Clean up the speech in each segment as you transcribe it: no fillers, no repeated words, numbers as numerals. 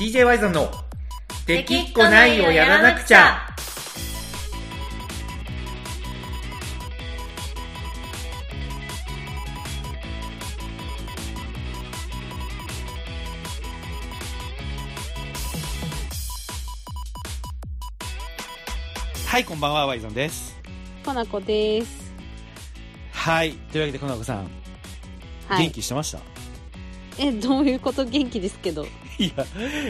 DJ ワイゾンのできっこないをやらなくちゃ。はい、こんばんは、ワイゾンです。 コナコです。 はい、というわけでコナコさん、はい、元気してました？ どういうこと？元気ですけど。 いや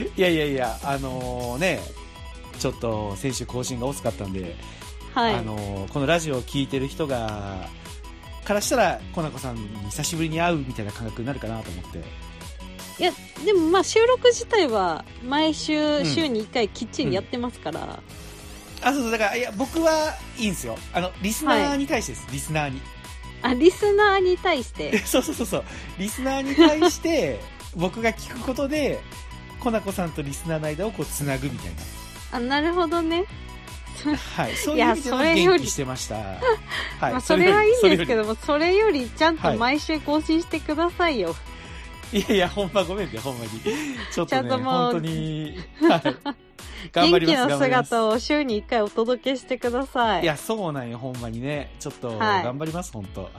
ね、ちょっと先週更新が遅かったんで、はい、このラジオを聞いてる人からしたらコナコさんに久しぶりに会うみたいな感覚になるかなと思って。 いやでもまあ収録自体は毎週、週に1回きっちりやってますから、 そうだから、いや僕はいいんですよ。リスナーに対してです、はい、リスナーに。 リスナーに対してそうリスナーに対して僕が聞くことでコナコさんとリスナーの間をこうつなぐみたいな。なるほどね。 はい、そういう意味では元気してました。はい、 まあ、それはいいんですけども、それよりちゃんと毎週更新してくださいよ。 いやほんまごめんね、ほんまにちょっとね、ちゃんともう本当に、はい、 頑張ります。元気な姿を週に1回お届けしてください。 いやそうなんよ、ほんまにね、ちょっと頑張ります、本当。はい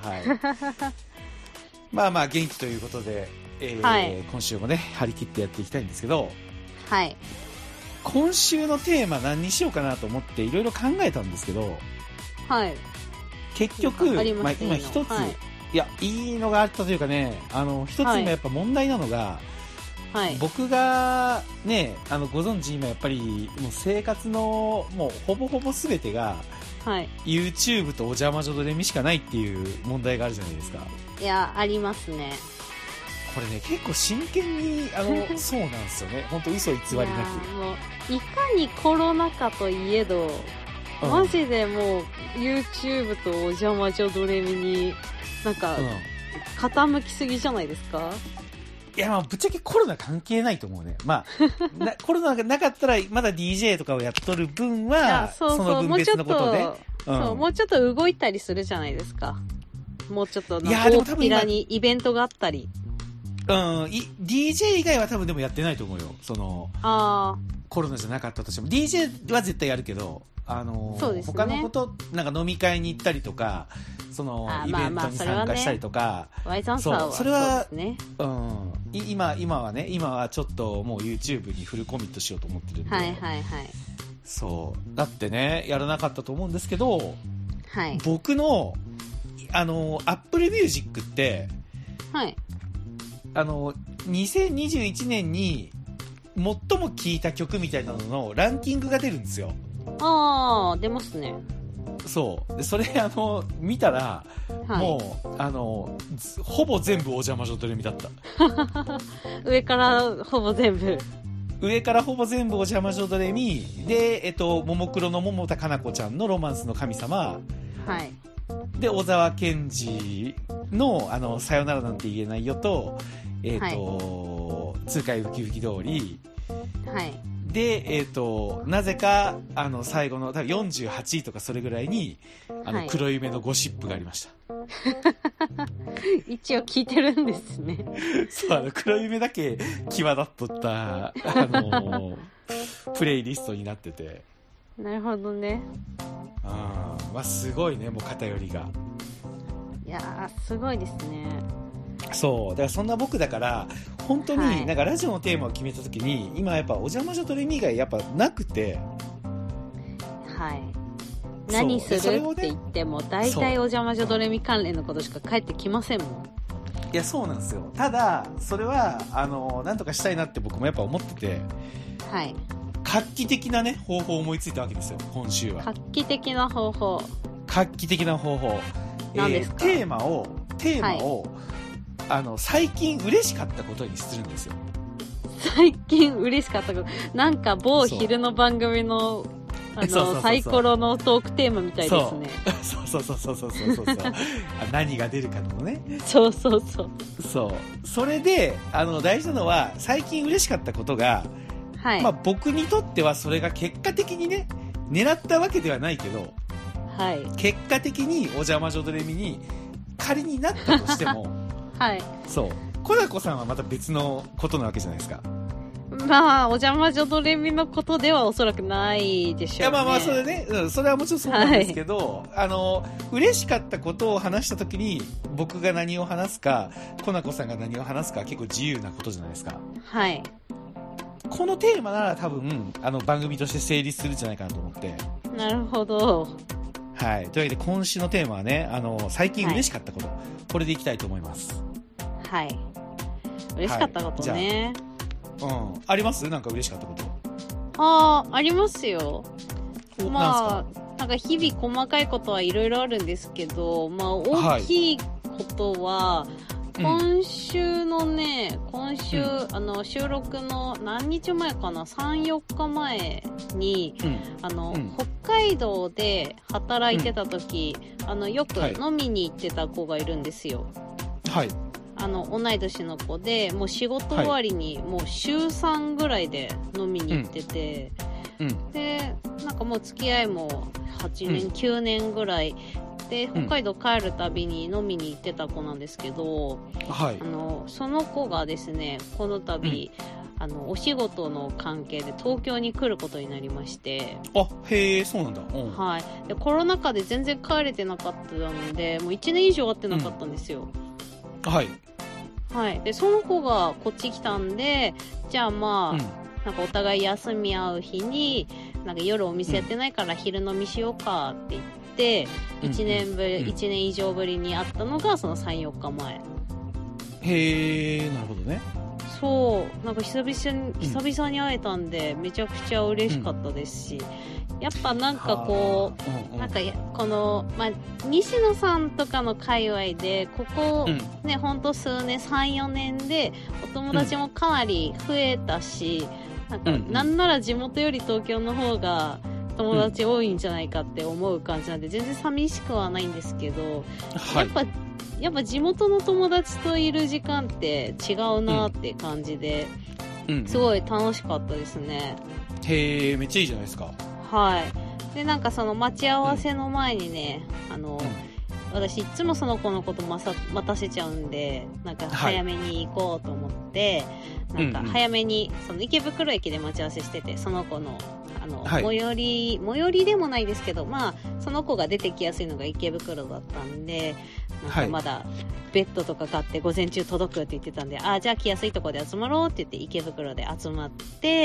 まあ元気ということで、はい、今週もね張り切ってやっていきたいんですけど、 はい、 今週のテーマ何にしようかなと思っていろいろ考えたんですけど、 はい、 結局今一つ、はい、いやいいのがあったというかね、一つ今やっぱ問題なのが、はい、僕がね、ご存知今やっぱりもう生活のもうほぼほぼ全てが、はい、YouTube とお邪魔女ドレミしかないっていう問題があるじゃないですか。 いやありますね。 これね結構真剣にそうなんですよね。本当嘘偽りなく。 もういかにコロナ禍といえど、マジでもう YouTube とお邪魔女ドレミになんか、傾きすぎじゃないですか。 いや、まあぶっちゃけコロナ関係ないと思うね。まあコロナがなかったらまだ DJ とかをやっとる分はその分別のことで、 もうちょっと動いたりするじゃないですか。もうちょっと大っぴらにイベントがあったり。 DJ 以外は多分でもやってないと思うよ。コロナじゃなかったとしても DJ は絶対やるけど、そうですね、他のことなんか飲み会に行ったりとか、そのイベントに参加したりとか、それは、ね、今はちょっともう YouTube にフルコミットしようと思ってるんで、そうだってねやらなかったと思うんですけど、はい、僕のApple Music って、はい、2021年に最も聴いた曲みたいなののランキングが出るんですよ。 出ますね。 そうで、それ見たら、はい、もうほぼ全部お邪魔女ドレミだった上からほぼ全部お邪魔女ドレミで、ももクロの桃田かな子ちゃんのロマンスの神様、はい、で小沢健二のさよならなんて言えないよと、痛快ウキウキ通り、はい、で、なぜか最後の多分48位とかそれぐらいに黒夢のゴシップがありました一応聞いてるんですね。 そう黒夢だけ際立っとったプレイリストになってて。 なるほどね。 まあ、すごいね、もう偏りが。 いやーすごいですね。 そうだからそんな僕だから本当になんかラジオのテーマを決めた時に、今やっぱお邪魔女ドレミ以外やっぱなくて、 はい、何するって言っても大体お邪魔女ドレミ関連のことしか返ってきませんもん。 いやそうなんですよ。ただそれはなんとかしたいなって僕もやっぱ思ってて、はい、画期的なね方法を思いついたわけですよ今週は。 画期的な方法何ですか？テーマを、はい、最近嬉しかったことにするんですよ。 最近嬉しかったこと、なんか某昼の番組のサイコロのトークテーマみたいですね。そう何が出るかのね。そう。 それで大事なのは最近嬉しかったことが、はい、まあ僕にとってはそれが結果的にね狙ったわけではないけど、はい、結果的にお邪魔女ドレミに仮になったとしてもはい、そうコナコさんはまた別のことなわけじゃないですか。 まあ、お邪魔女ドレミのことではおそらくないでしょうね。いや、 まあまあ、それね、それはもちろんそうなんですけど、はい、嬉しかったことを話したときに、僕が何を話すか、コナコさんが何を話すか結構自由なことじゃないですか。 はい。 このテーマなら多分、番組として成立するんじゃないかなと思って。 なるほど。 はい。というわけで、今週のテーマはね、最近嬉しかったこと、はい、これでいきたいと思います。 はい。嬉しかったことね。 はい、ありますなんか嬉しかったこと。 ありますよ。まあ、なんか日々細かいことはいろいろあるんですけど、まあ大きいことは、今週のね、収録の何日前かな ?3、4日前に、北海道で働いてた時、よく飲みに行ってた子がいるんですよ。 はい。 同い年の子で、もう仕事終わりに、もう週3ぐらいで飲みに行ってて、で、なんかもう付き合いも8年、9年ぐらいで、北海道帰るたびに飲みに行ってた子なんですけど、 はい。 その子がですね、この度、お仕事の関係で東京に来ることになりまして。 あ、へえ、そうなんだ。 はい。で、コロナ禍で全然帰れてなかったので、もう1年以上会ってなかったんですよ。 はい。 はい。で、その子がこっち来たんで、じゃあまあ、なんかお互い休み合う日に、なんか夜お店やってないから昼飲みしようかって言って、1年以上ぶりに会ったのがその3、4日前。 へー、なるほどね。 そう、なんか久々に会えたんで、めちゃくちゃ嬉しかったですし、やっぱなんかこう、なんかこの、まあ、西野さんとかの界隈で、ここね、ほんと数年、3、4年で、お友達もかなり増えたし、なんか、なんなら地元より東京の方が友達多いんじゃないかって思う感じなんで、全然寂しくはないんですけど、やっぱ地元の友達といる時間って違うなって感じで、すごい楽しかったですね。 へー、めっちゃいいじゃないですか。 はい。で、なんかその待ち合わせの前にね、私いつもその子のこと待たせちゃうんで、なんか早めに行こうと思って、なんか早めに、その池袋駅で待ち合わせしてて、その子の、最寄りでもないですけど、まあ、その子が出てきやすいのが池袋だったんで、なんかまだ、ベッドとか買って午前中届くって言ってたんで、じゃあ来やすいところで集まろうって言って池袋で集まって、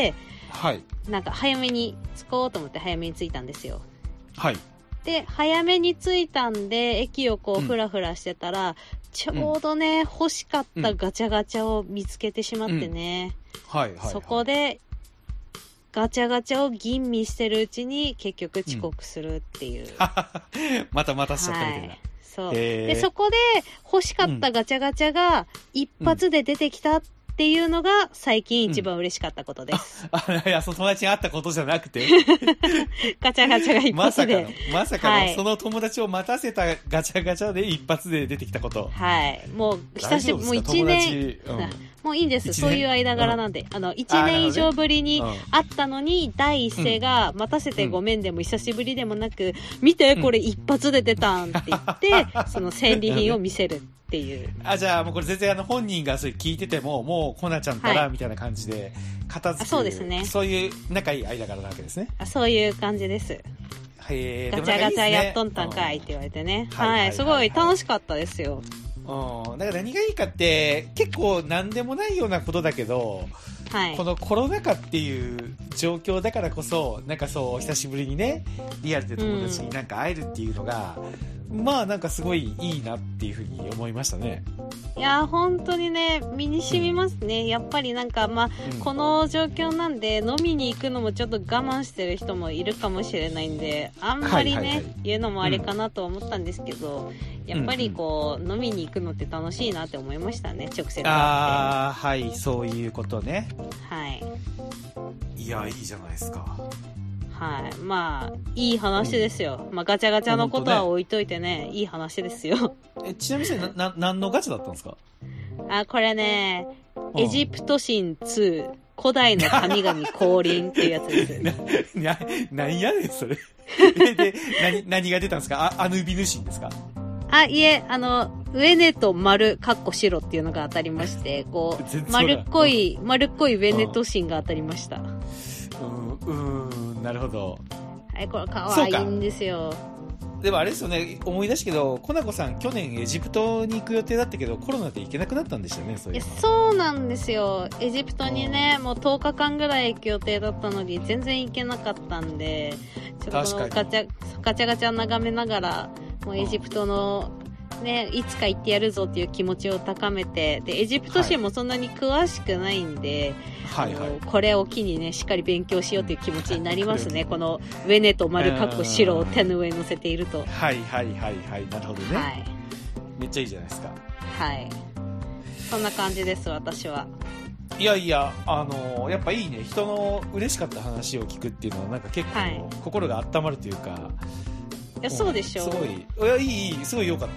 はい。 なんか早めに着こうと思って早めに着いたんですよ。 はい。 で、早めに着いたんで、駅をこう、ふらふらしてたら、ちょうどね、欲しかったガチャガチャを見つけてしまってね。 はい。 そこで、ガチャガチャを吟味してるうちに、結局遅刻するっていう。 また待たしちゃったみたいな。 そう。で、そこで欲しかったガチャガチャが一発で出てきたっていうのが最近一番嬉しかったことです。 いや、その友達に会ったことじゃなくて。 ガチャガチャが一発で。 まさかの、その友達を待たせたガチャガチャで一発で出てきたこと。 はい。もう、久しぶり、もう1年、もういいんです。そういう間柄なんで。1年以上ぶりに会ったのに、第一声が、待たせてごめんでも久しぶりでもなく、見て、これ一発で出たんって言って、その戦利品を見せるっていう。 じゃあもうこれ全然本人がそれ聞いてても、もうコナちゃんたら、みたいな感じで、片付く。 そうですね。 そういう仲いい間柄なわけですね。 そういう感じです。ガチャガチャやっとんたんかいって言われてね。はい。すごい楽しかったですよ。 だから何がいいかって結構何でもないようなことだけど、このコロナ禍っていう状況だからこそなんかそう久しぶりにねリアルで友達になんか会えるっていうのが、まあなんかすごいいいなっていうふうに思いましたね。 いや本当にね身に染みますね、やっぱりなんかまあ、この状況なんで飲みに行くのもちょっと我慢してる人もいるかもしれないんであんまりね、言うのもあれかなと思ったんですけど、やっぱりこう、飲みに行くのって楽しいなって思いましたね、直接会って。 はい、そういうことね。 はい。 いや、いいじゃないですか。 はい。まあ、いい話ですよ。まあ、ガチャガチャのことは置いといてね、いい話ですよ。 ちなみに何のガチャだったんですか？ これね、エジプト神2、古代の神々降臨っていうやつです。 何やねん、それ。で、何が出たんですか？アヌビヌ神ですか？ いえ、 上ネと丸かっこ白っていうのが当たりまして、こう丸っこい上ネと芯が当たりました。 なるほど。 はい、これ可愛いんですよ。 でもあれですよね、思い出したけど、コナコさん去年エジプトに行く予定だったけど、コロナで行けなくなったんでしたよね、 そうなんですよ。エジプトにね、もう10日間ぐらい行く予定だったのに、全然行けなかったんで、ちょっとガチャ眺めながら、もうエジプトの、ね、いつか行ってやるぞっていう気持ちを高めて、で、エジプト史もそんなに詳しくないんで、これを機にね、しっかり勉強しようっていう気持ちになりますね。この、上ネと丸かっこ白を手の上に乗せていると。 なるほどね。はい。めっちゃいいじゃないですか。 はい。そんな感じです、私は。 いやいや、やっぱいいね。人の嬉しかった話を聞くっていうのは、なんか結構、心が温まるというか、 いや、そうでしょう。 すごい。いや、いい、すごい良かった。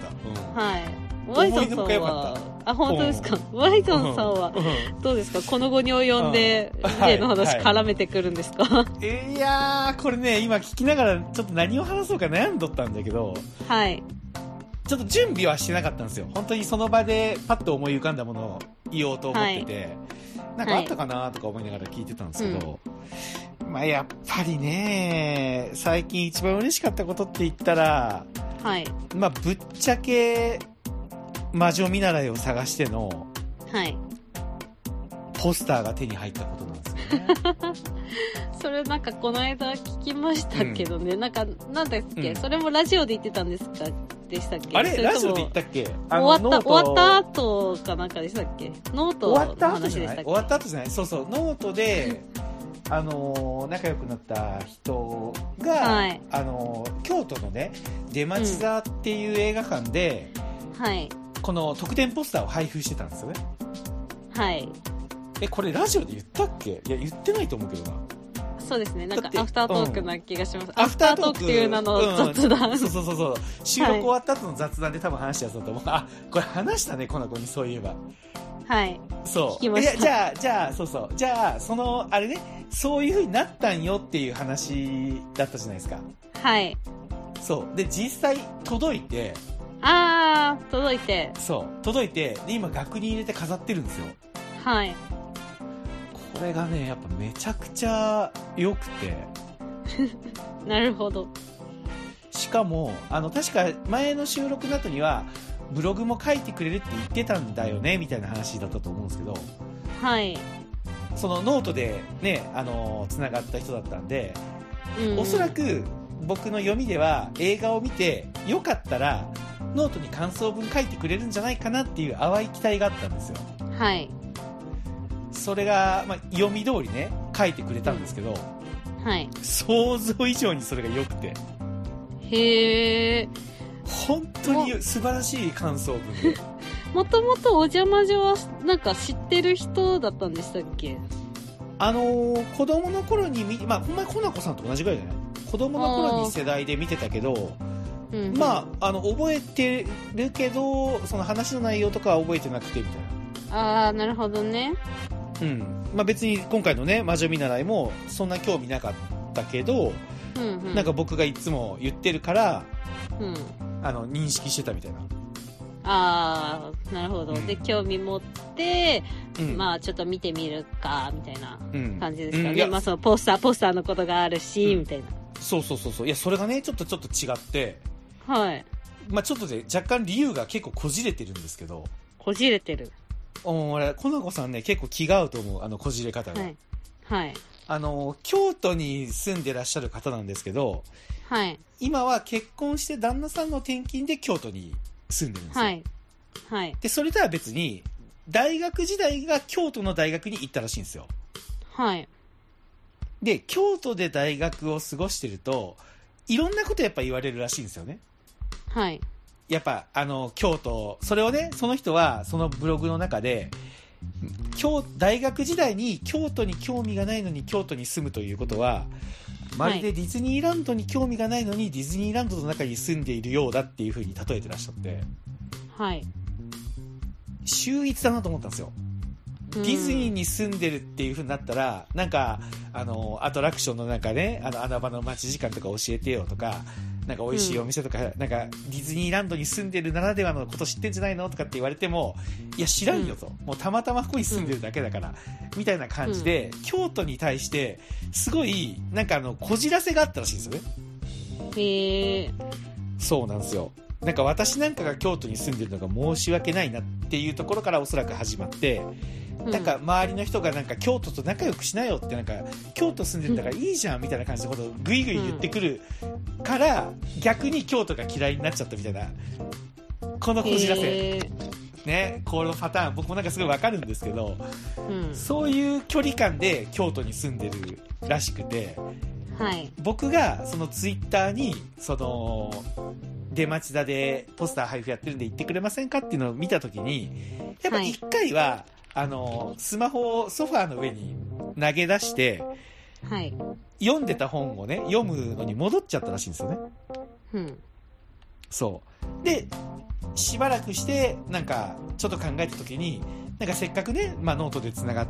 はい。ワイゾンさんは、本当ですか。ワイゾンさんは、どうですか、この後に及んで、例の話絡めてくるんですか。 いやー、これね、今聞きながら、ちょっと何を話そうか悩んどったんだけど、 はい。 ちょっと準備はしてなかったんですよ。本当にその場でパッと思い浮かんだものを言おうと思ってて、なんかあったかなとか思いながら聞いてたんですけど、まあやっぱりね、最近一番嬉しかったことって言ったら、まあぶっちゃけ魔女見習いを探しての、ポスターが手に入ったことなんですよね。 それなんかこの間聞きましたけどね、なんかなんだっけ、それもラジオで言ってたんですかでしたっけ。 あれラジオで言ったっけ。 終わった後かなんかでしたっけ。ノートの話でしたっけ。 終わった後じゃない。そうそう、ノートで仲良くなった人が、京都のね出町座っていう映画館で、この特典ポスターを配布してたんですよね。 はい。 これラジオで言ったっけ。いや言ってないと思うけどな。 そうですね。なんかアフタートークな気がします。アフタートークっていう名の雑談。 そう。収録終わった後の雑談で多分話したやつだと思う。あ、これ話したね、コナコにそういえば。 はい。 そう。 聞きました。 じゃあ、そう。じゃあ、あれね、そういう風になったんよっていう話だったじゃないですか。 はい。 そう。で、実際届いて。 届いて。 そう。届いて、で、今額に入れて飾ってるんですよ。 はい。 これがね、やっぱめちゃくちゃ良くて。 なるほど。 しかも、確か前の収録の後には、ブログも書いてくれるって言ってたんだよね、みたいな話だったと思うんですけど。 はい。 そのノートでね、繋がった人だったんで、おそらく僕の読みでは映画を見て、よかったら、ノートに感想文書いてくれるんじゃないかなっていう淡い期待があったんですよ。 はい。 それが、まあ、読み通りね、書いてくれたんですけど、 はい。 想像以上にそれが良くて。 へー。 本当に素晴らしい感想文で。 もともとお邪魔女はなんか知ってる人だったんでしたっけ。 子供の頃にまあほんまにコナコさんと同じぐらいじゃない。子供の頃に世代で見てたけど、まあ覚えてるけどその話の内容とかは覚えてなくてみたいな。なるほどね。 まあ別に今回のね魔女見習いもそんな興味なかったけど、なんか僕がいつも言ってるから、認識してたみたいな。 なるほど。で、興味持って、まあちょっと見てみるか、みたいな感じですかね。まあそのポスターのことがあるし、みたいな。そう。 いや、それがね、ちょっと違って、 はい。 まあちょっとで、若干理由が結構こじれてるんですけど。 こじれてる。 俺、コナコさんね、結構気が合うと思う、こじれ方が。 はい。 京都に住んでらっしゃる方なんですけど、 はい。 今は結婚して旦那さんの転勤で京都に住んでるんですよ。 はい。 で、それとは別に、大学時代が京都の大学に行ったらしいんですよ。 はい。 で、京都で大学を過ごしてると、いろんなことやっぱ言われるらしいんですよね。 はい。 やっぱ、京都、それをね、その人は、そのブログの中で、大学時代に京都に興味がないのに京都に住むということは、まるでディズニーランドに興味がないのにディズニーランドの中に住んでいるようだっていう風に例えてらっしゃって、 はい。 秀逸だなと思ったんですよ。ディズニーに住んでるっていう風になったら、なんか、アトラクションのなんかね、穴場の待ち時間とか教えてよとか、 なんか美味しいお店とか、なんかディズニーランドに住んでるならではのこと知ってんじゃないのとかって言われても、いや知らんよと、もうたまたまここに住んでるだけだから、みたいな感じで、京都に対してすごいなんかこじらせがあったらしいんですよね。 へー。 そうなんですよ。なんか私なんかが京都に住んでるのが申し訳ないなっていうところからおそらく始まって、なんか周りの人がなんか京都と仲良くしなよって、なんか京都住んでるんだからいいじゃんみたいな感じのことをグイグイ言ってくるから、逆に京都が嫌いになっちゃったみたいな、このこじらせね、このパターン僕もなんかすごいわかるんですけど、そういう距離感で京都に住んでるらしくて、 はい、 僕がそのツイッターにその出町田でポスター配布やってるんで行ってくれませんかっていうのを見たときに、やっぱ一回は、スマホをソファーの上に投げ出して、 はい、 読んでた本をね、読むのに戻っちゃったらしいんですよね。 うん。 そう。で、しばらくして、なんか、ちょっと考えたときに、なんかせっかくね、まあノートで繋がった、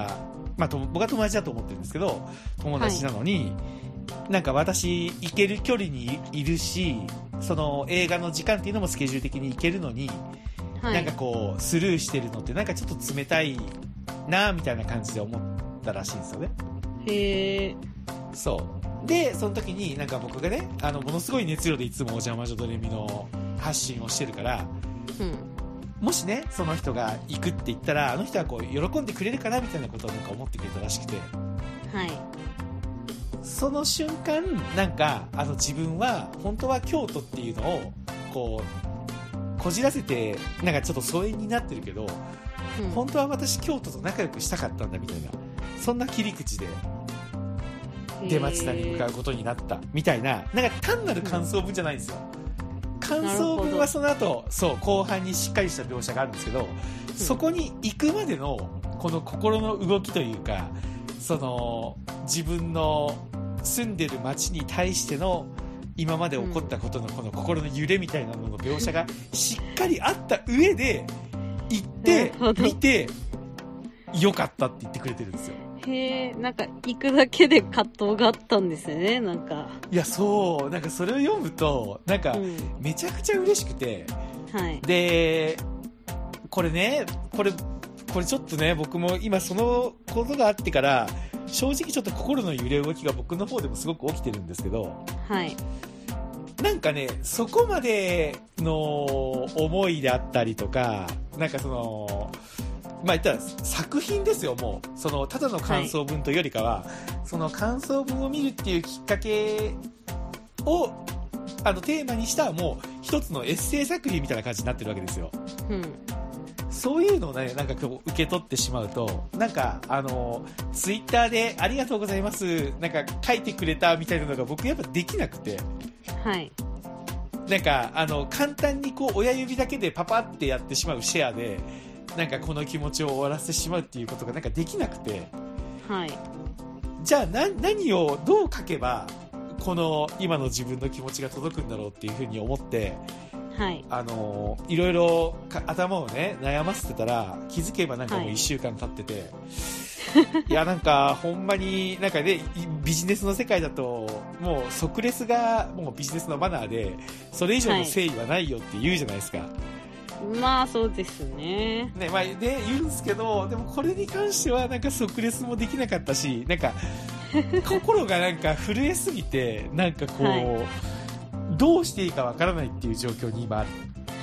まあ僕は友達だと思ってるんですけど、友達なのに、なんか私行ける距離にいるし、その映画の時間っていうのもスケジュール的に行けるのに、なんかこうスルーしてるのってなんかちょっと冷たいなみたいな感じで思ったらしいんですよね。 へー。 そうで、その時になんか僕がね、ものすごい熱量でいつもお邪魔女ドレミの発信をしてるから、もしねその人が行くって言ったら、あの人はこう喜んでくれるかなみたいなことをなんか思ってくれたらしくて、 はい、 その瞬間なんか自分は本当は京都っていうのをこうこじらせてなんかちょっと疎遠になってるけど、本当は私京都と仲良くしたかったんだみたいな、そんな切り口で出町田に向かうことになったみたいな、なんか単なる感想文じゃないんですよ。感想文はその後、そう後半にしっかりした描写があるんですけど、そこに行くまでのこの心の動きというか、その自分の住んでる町に対しての今まで起こったことのこの心の揺れみたいなのの描写がしっかりあった上で行って見てよかったって言ってくれてるんですよ。 へー、なんか行くだけで葛藤があったんですよね。なんかいや、そうなんかそれを読むとなんかめちゃくちゃ嬉しくて、 はい、 でこれね、これちょっとね、僕も今そのことがあってから正直ちょっと心の揺れ動きが僕の方でもすごく起きてるんですけど、 はい、 なんかね、そこまでの思いであったりとか、なんかそのまあ言ったら作品ですよ。もうそのただの感想文というよりかは、その感想文を見るっていうきっかけをテーマにしたもう一つのエッセイ作品みたいな感じになってるわけですよ。そういうのをね、なんか受け取ってしまうと、なんかツイッターでありがとうございますなんか書いてくれたみたいなのが僕やっぱできなくて、 はい、 なんか簡単にこう親指だけでパパってやってしまうシェアでなんかこの気持ちを終わらせてしまうっていうことがなんかできなくて、 はい、 じゃあ何をどう書けばこの今の自分の気持ちが届くんだろうっていうふうに思って、 はい、 いろいろ頭をね悩ませてたら気づけばなんかもう1週間経ってて、いやなんかほんまになんかね、ビジネスの世界だともう即レスがもうビジネスのマナーでそれ以上の誠意はないよって言うじゃないですか。 まあそうですね。 ね、まあね言うんですけど、でもこれに関してはなんか即レスもできなかったし、なんか心がなんか震えすぎてなんかこう、はい、どうしていいかわからないっていう状況に今ある。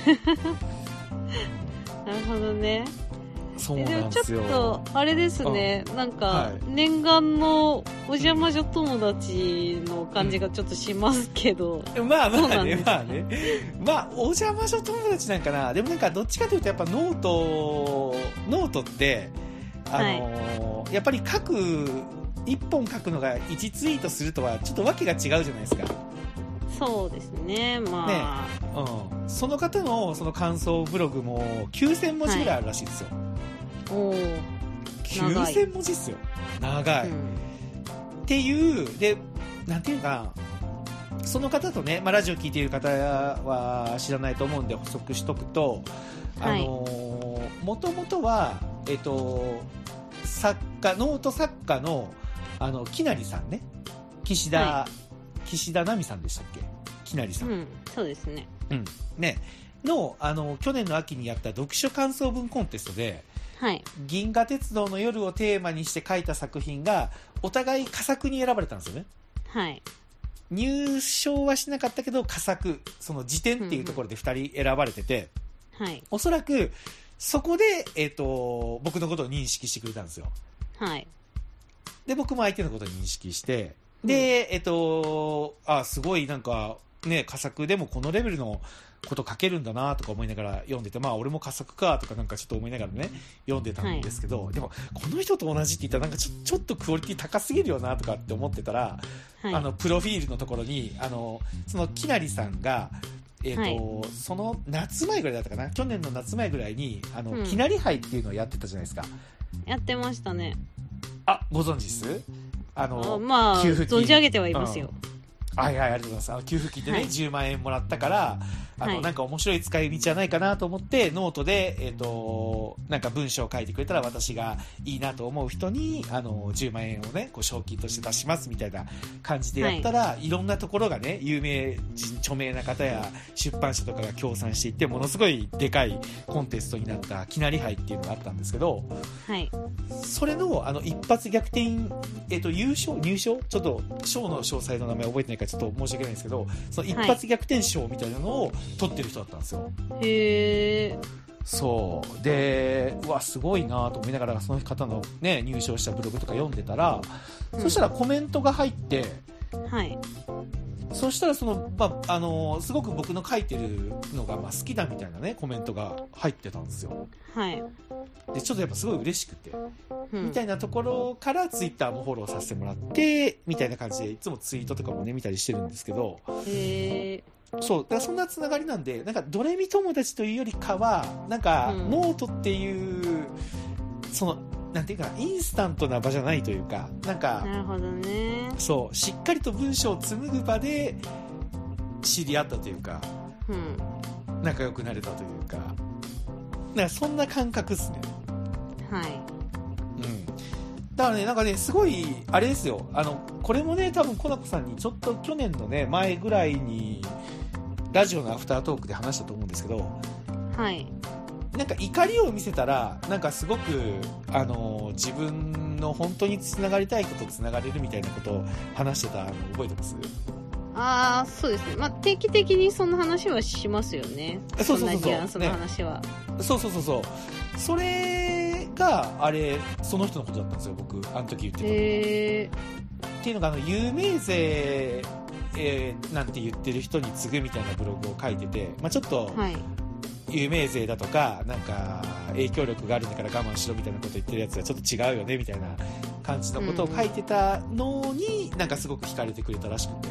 なるほどね。 そうなんですよ。 でもちょっとあれですね、なんか念願のお邪魔女友達の感じがちょっとしますけど、 まあまあね、まあね、まあお邪魔女友達なんかな。でもなんかどっちかというとやっぱノートってやっぱり一本書くのが1ツイートするとはちょっとわけが違うじゃないですか。 そうですね、まあ、 ね、その方のその感想ブログも9000文字ぐらいあるらしいですよ。 おー、 9000文字っすよ。長い、っていうで、なんていうかな、その方とね、まあ、ラジオ聞いている方は知らないと思うんで補足しとくと、もともとはノート作家のきなりさんね、岸田奈美さんでしたっけ。 きなりさん、 うん、そうですね、 うんね、の去年の秋にやった読書感想文コンテストで、 はい、 銀河鉄道の夜をテーマにして書いた作品がお互い佳作に選ばれたんですよね。 はい、 入賞はしなかったけど佳作、その辞典っていうところで2人選ばれてて、 はい、 おそらくそこで、僕のことを認識してくれたんですよ。 はい、 で僕も相手のことを認識して、で、すごいなんかね、佳作でもこのレベルのこと書けるんだなとか思いながら読んでて、まあ俺も佳作かとかなんかちょっと思いながらね読んでたんですけど、はい、でもこの人と同じって言ったらなんかちょっとクオリティ高すぎるよなとかって思ってたら、はい、プロフィールのところにそのきなりさんがはい、その夏前ぐらいだったかな、去年の夏前ぐらいにきなり杯っていうのをやってたじゃないですか。 やってましたね。 あ、ご存知です？ まあ存じ上げてはいますよ。 はいはい、ありがとうございます。給付金でね、はい、10万円もらったから、なんか面白い使い道はないかなと思って、ノートで、なんか文章を書いてくれたら私がいいなと思う人に、10万円をね、こう賞金として出しますみたいな感じでやったら、はい、いろんなところがね、有名人、著名な方や出版社とかが協賛していって、ものすごいでかいコンテストになったきなり杯っていうのがあったんですけど、 はい。 それの、一発逆転、入賞ちょっと、賞の詳細の名前覚えてないからちょっと申し訳ないんですけど、その一発逆転賞みたいなのを取ってる人だったんですよ。 へー。 そうで、うわすごいなと思いながらその方のね入賞したブログとか読んでたら、そしたらコメントが入って、 はい。 そしたらその、すごく僕の書いてるのが好きだみたいなねコメントが入ってたんですよ。 はい。 でちょっとやっぱすごい嬉しくて、みたいなところからツイッターもフォローさせてもらってみたいな感じでいつもツイートとかもね見たりしてるんですけど、 へー。 そうだからそんなつながりなんで、なんかドレミ友達というよりかはなんかノートっていうそのなんていうかインスタントな場じゃないというか、なんかなるほどね、 そうしっかりと文章を紡ぐ場で知り合ったというか、仲良くなれたというか、なんかそんな感覚っすね。 はい。 だからね、なんかね、すごい、あれですよ。これもね、多分、コナコさんにちょっと去年のね、前ぐらいに、ラジオのアフタートークで話したと思うんですけど、 はい。 なんか怒りを見せたら、なんかすごく、自分の本当に繋がりたいことと繋がれるみたいなことを話してたの覚えてます？ ああ、そうですね。まあ、定期的にその話はしますよね。 そうその話は。 ね、そう。それが、その人のことだったんですよ、僕、あの時言ってたの。っていうのが、有名税、なんて言ってる人に次ぐみたいなブログを書いてて、まあちょっと、はい、有名税だとか、なんか、影響力があるんだから我慢しろみたいなこと言ってるやつがちょっと違うよね、みたいな感じのことを書いてたのに、なんかすごく惹かれてくれたらしくて。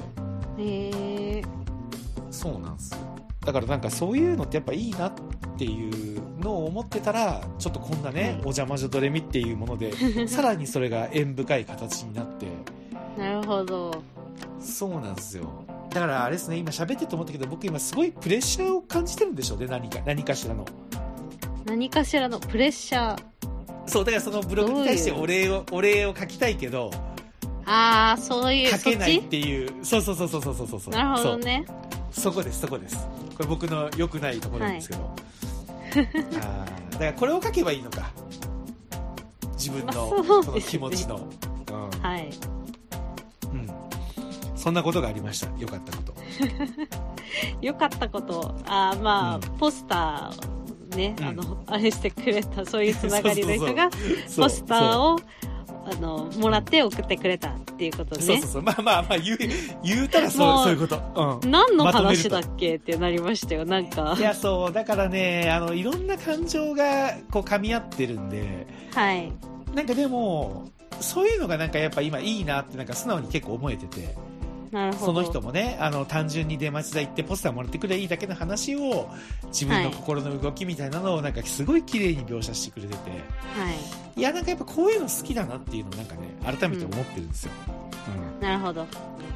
そうなんですよ。だからなんかそういうのってやっぱいいなっていうのを思ってたら、ちょっとこんなね、お邪魔女ドレミっていうものでさらにそれが縁深い形になってなるほど。 そうなんですよ。だからあれですね、今喋ってて思ったけど、僕今すごいプレッシャーを感じてるんでしょうね。何かしらのプレッシャー。 そうだからそのブログに対してお礼を書きたいけど、 そういう書けないっていう、そうなるほどね。 そこです。これ僕の良くないところなんですけど、だからこれを書けばいいのか、自分のその気持ちの、 はい、 そんなことがありました。良かったこと、 ポスターね、あれしてくれた、そういうつながりの人がポスターをもらって送ってくれたっていうことね。 そうまあ言うたらそういうこと、 何の話だっけってなりましたよ。なんかいやそうだからね、いろんな感情がこう噛み合ってるんで、 はい。 なんかでもそういうのがなんかやっぱ今いいなってなんか素直に結構思えてて。 なるほど。 その人もね、単純に出町田行ってポスターもらってくれいいだけの話を、自分の心の動きみたいなのをなんかすごい綺麗に描写してくれてて、はい。いや、なんかやっぱこういうの好きだなっていうのをなんかね、改めて思ってるんですよ。 なるほど。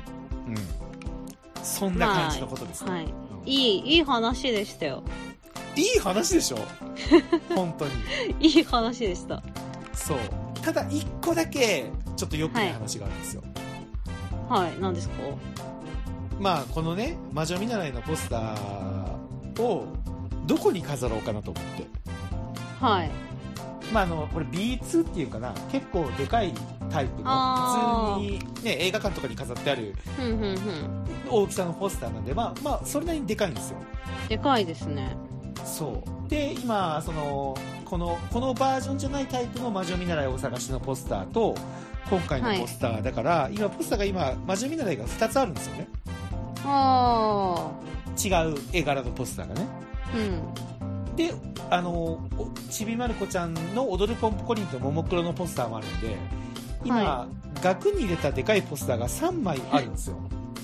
そんな感じのことですね。 はい。いい話でしたよ。 いい話でしょ本当に。 いい話でした。 そう。ただ一個だけ、ちょっと良くない話があるんですよ。 はい、何ですか？ まあこのね魔女見習いのポスターをどこに飾ろうかなと思って、 はい、 まあこれ B2 っていうかな、結構でかいタイプの普通にね映画館とかに飾ってある大きさのポスターなんで、まあそれなりにでかいんですよ。 でかいですね。 そうで今このバージョンじゃないタイプの魔女見習いをお探しのポスターと今回のポスターだから、はい、今ポスターが魔女見習いが2つあるんですよね。違う絵柄のポスターがね。でちびまる子ちゃんの踊るポンポコリンとももクロのポスターもあるんで今、はい、額に入れたでかいポスターが3枚あるんですよ。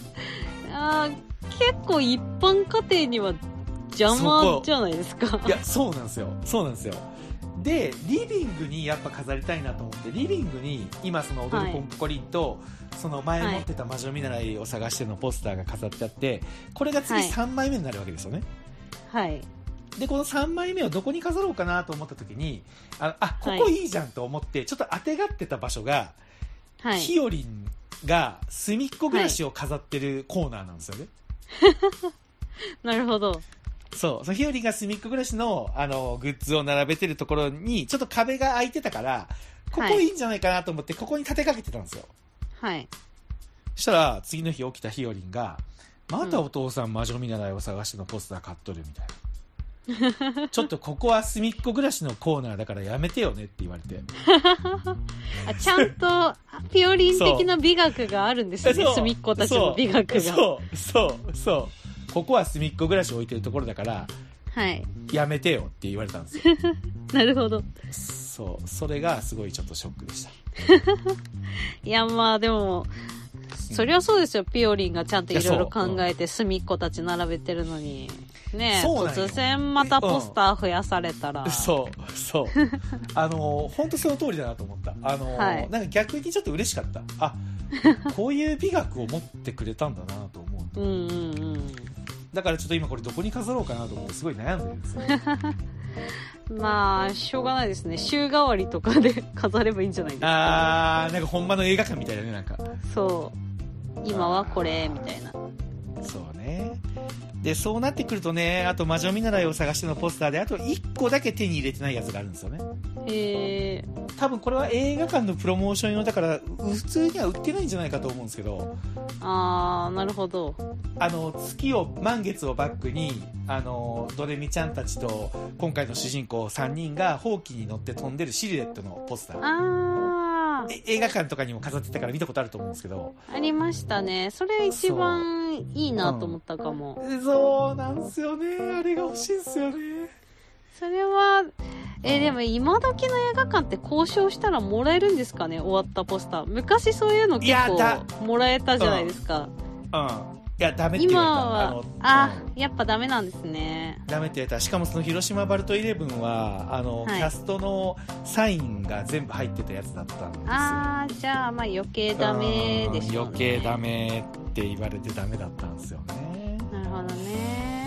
結構一般家庭には邪魔じゃないですか。 いやそうなんですよ。でリビングにやっぱ飾りたいなと思ってリビングに今その踊るポンポコリンと、はい、その前持ってた魔女見習いを探してのポスターが飾ってあってこれが次3枚目になるわけですよね。 はいでこの3枚目をどこに飾ろうかなと思った時にここいいじゃんと思ってちょっと当てがってた場所が、はい、ひよりんが隅っこ暮らしを飾ってるコーナーなんですよね。 なるほど。 そうひよりんが隅っこ暮らしのグッズを並べてるところにちょっと壁が開いてたからここいいんじゃないかなと思ってここに立てかけてたんですよ。 はいそしたら次の日起きたひよりんがまたお父さん魔女見習いを探してのポスター買っとるみたいな。ちょっとここは隅っこ暮らしのコーナーだからやめてよねって言われてちゃんとピオリン的な美学があるんですよね。隅っこたちの美学がそうここは隅っこ暮らしを置いてるところだから、 はい、 やめてよって言われたんですよ。 なるほど。 それがすごいちょっとショックでした。 いやまあでもそりゃそうですよ。ピオリンがちゃんといろいろ考えて隅っこたち並べてるのにねえ突然またポスター増やされたら、 そう本当その通りだなと思った。はい、なんか逆にちょっと嬉しかった。こういう美学を持ってくれたんだなと思うとだからちょっと今これどこに飾ろうかなと思ってすごい悩んでるんですよ。 まあしょうがないですね。週替わりとかで飾ればいいんじゃないですか。 なんか本場の映画館みたいだね。なんかそう今はこれみたいな。 そうね。でそうなってくるとね、あと魔女見習いを探してのポスターであと1個だけ手に入れてないやつがあるんですよね。多分これは映画館のプロモーション用だから普通には売ってないんじゃないかと思うんですけど。 なるほど。 満月をバックにドレミちゃんたちと今回の主人公3人がほうきに乗って飛んでるシルエットのポスター。映画館とかにも飾ってたから見たことあると思うんですけど。 ありましたね。それ一番いいなと思ったかも。 そうなんですよね。あれが欲しいんですよね。 それはでも今時の映画館って交渉したらもらえるんですかね。終わったポスター。昔そういうの結構もらえたじゃないですか。 いやダメって言われた。 やっぱダメなんですね。 ダメって言われた。しかもその広島バルトイレブンはキャストのサインが全部入ってたやつだったんですよ。 じゃあまあ余計ダメでしょうね。 余計ダメって言われてダメだったんですよね。 なるほどね。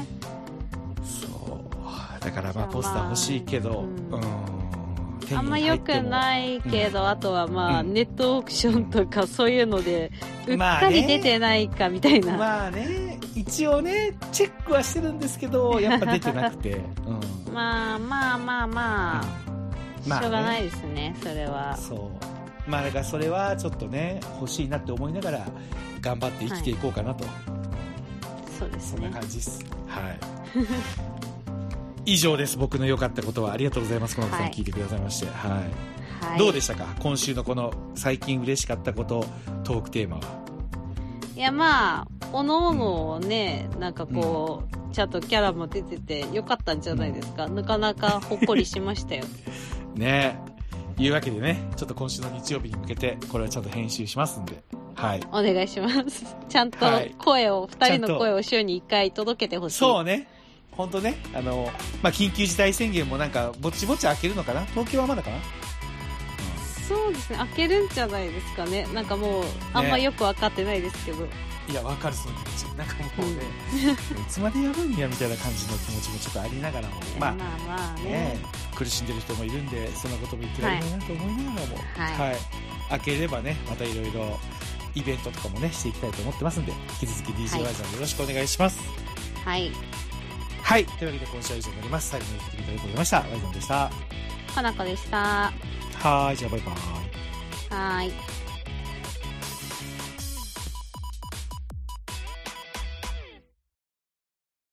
そうだからまあポスター欲しいけど、 あんま良くないけど、あとはまあ、ネットオークションとかそういうのでうっかり出てないかみたいな。 まあね一応ねチェックはしてるんですけどやっぱ出てなくて、 まあ、しょうがないですねそれは。 そうだからそれはちょっとね欲しいなって思いながら頑張って生きていこうかなと、 そうですね。 そんな感じです。はい以上です。僕の良かったことは。ありがとうございます。この方聞いてくださいまして。どうでしたか今週のこの最近嬉しかったことトークテーマは。 いやまあおのおのね、なんかこう、ちゃんとキャラも出てて良かったんじゃないですか。なかなかほっこりしましたよ。 ねえいうわけでね、ちょっと今週の日曜日に向けてこれはちゃんと編集しますんで、 お願いします。ちゃんと声を、2人の声を週に1回届けてほしい。 そうね本当ね、緊急事態宣言もなんかぼちぼち開けるのかな。東京はまだかな。 そうですね、開けるんじゃないですかね。なんかもうあんまよく分かってないですけど、 いや分かるその気持ち。なんかもうね、いつまでやるんやみたいな感じの気持ちもちょっとありながらも、まあね苦しんでる人もいるんでそんなことも言ってられないなと思いながらも、開ければねまたいろいろイベントとかもねしていきたいと思ってますんで、引き続き DJ ワイゾンよろしくお願いします。 はいはい、というわけで今週は以上になります。最後にお聞きいただきありがとうございました。ワイゾンでした。 かなこでした。 はい、じゃあバイバイ。 はい。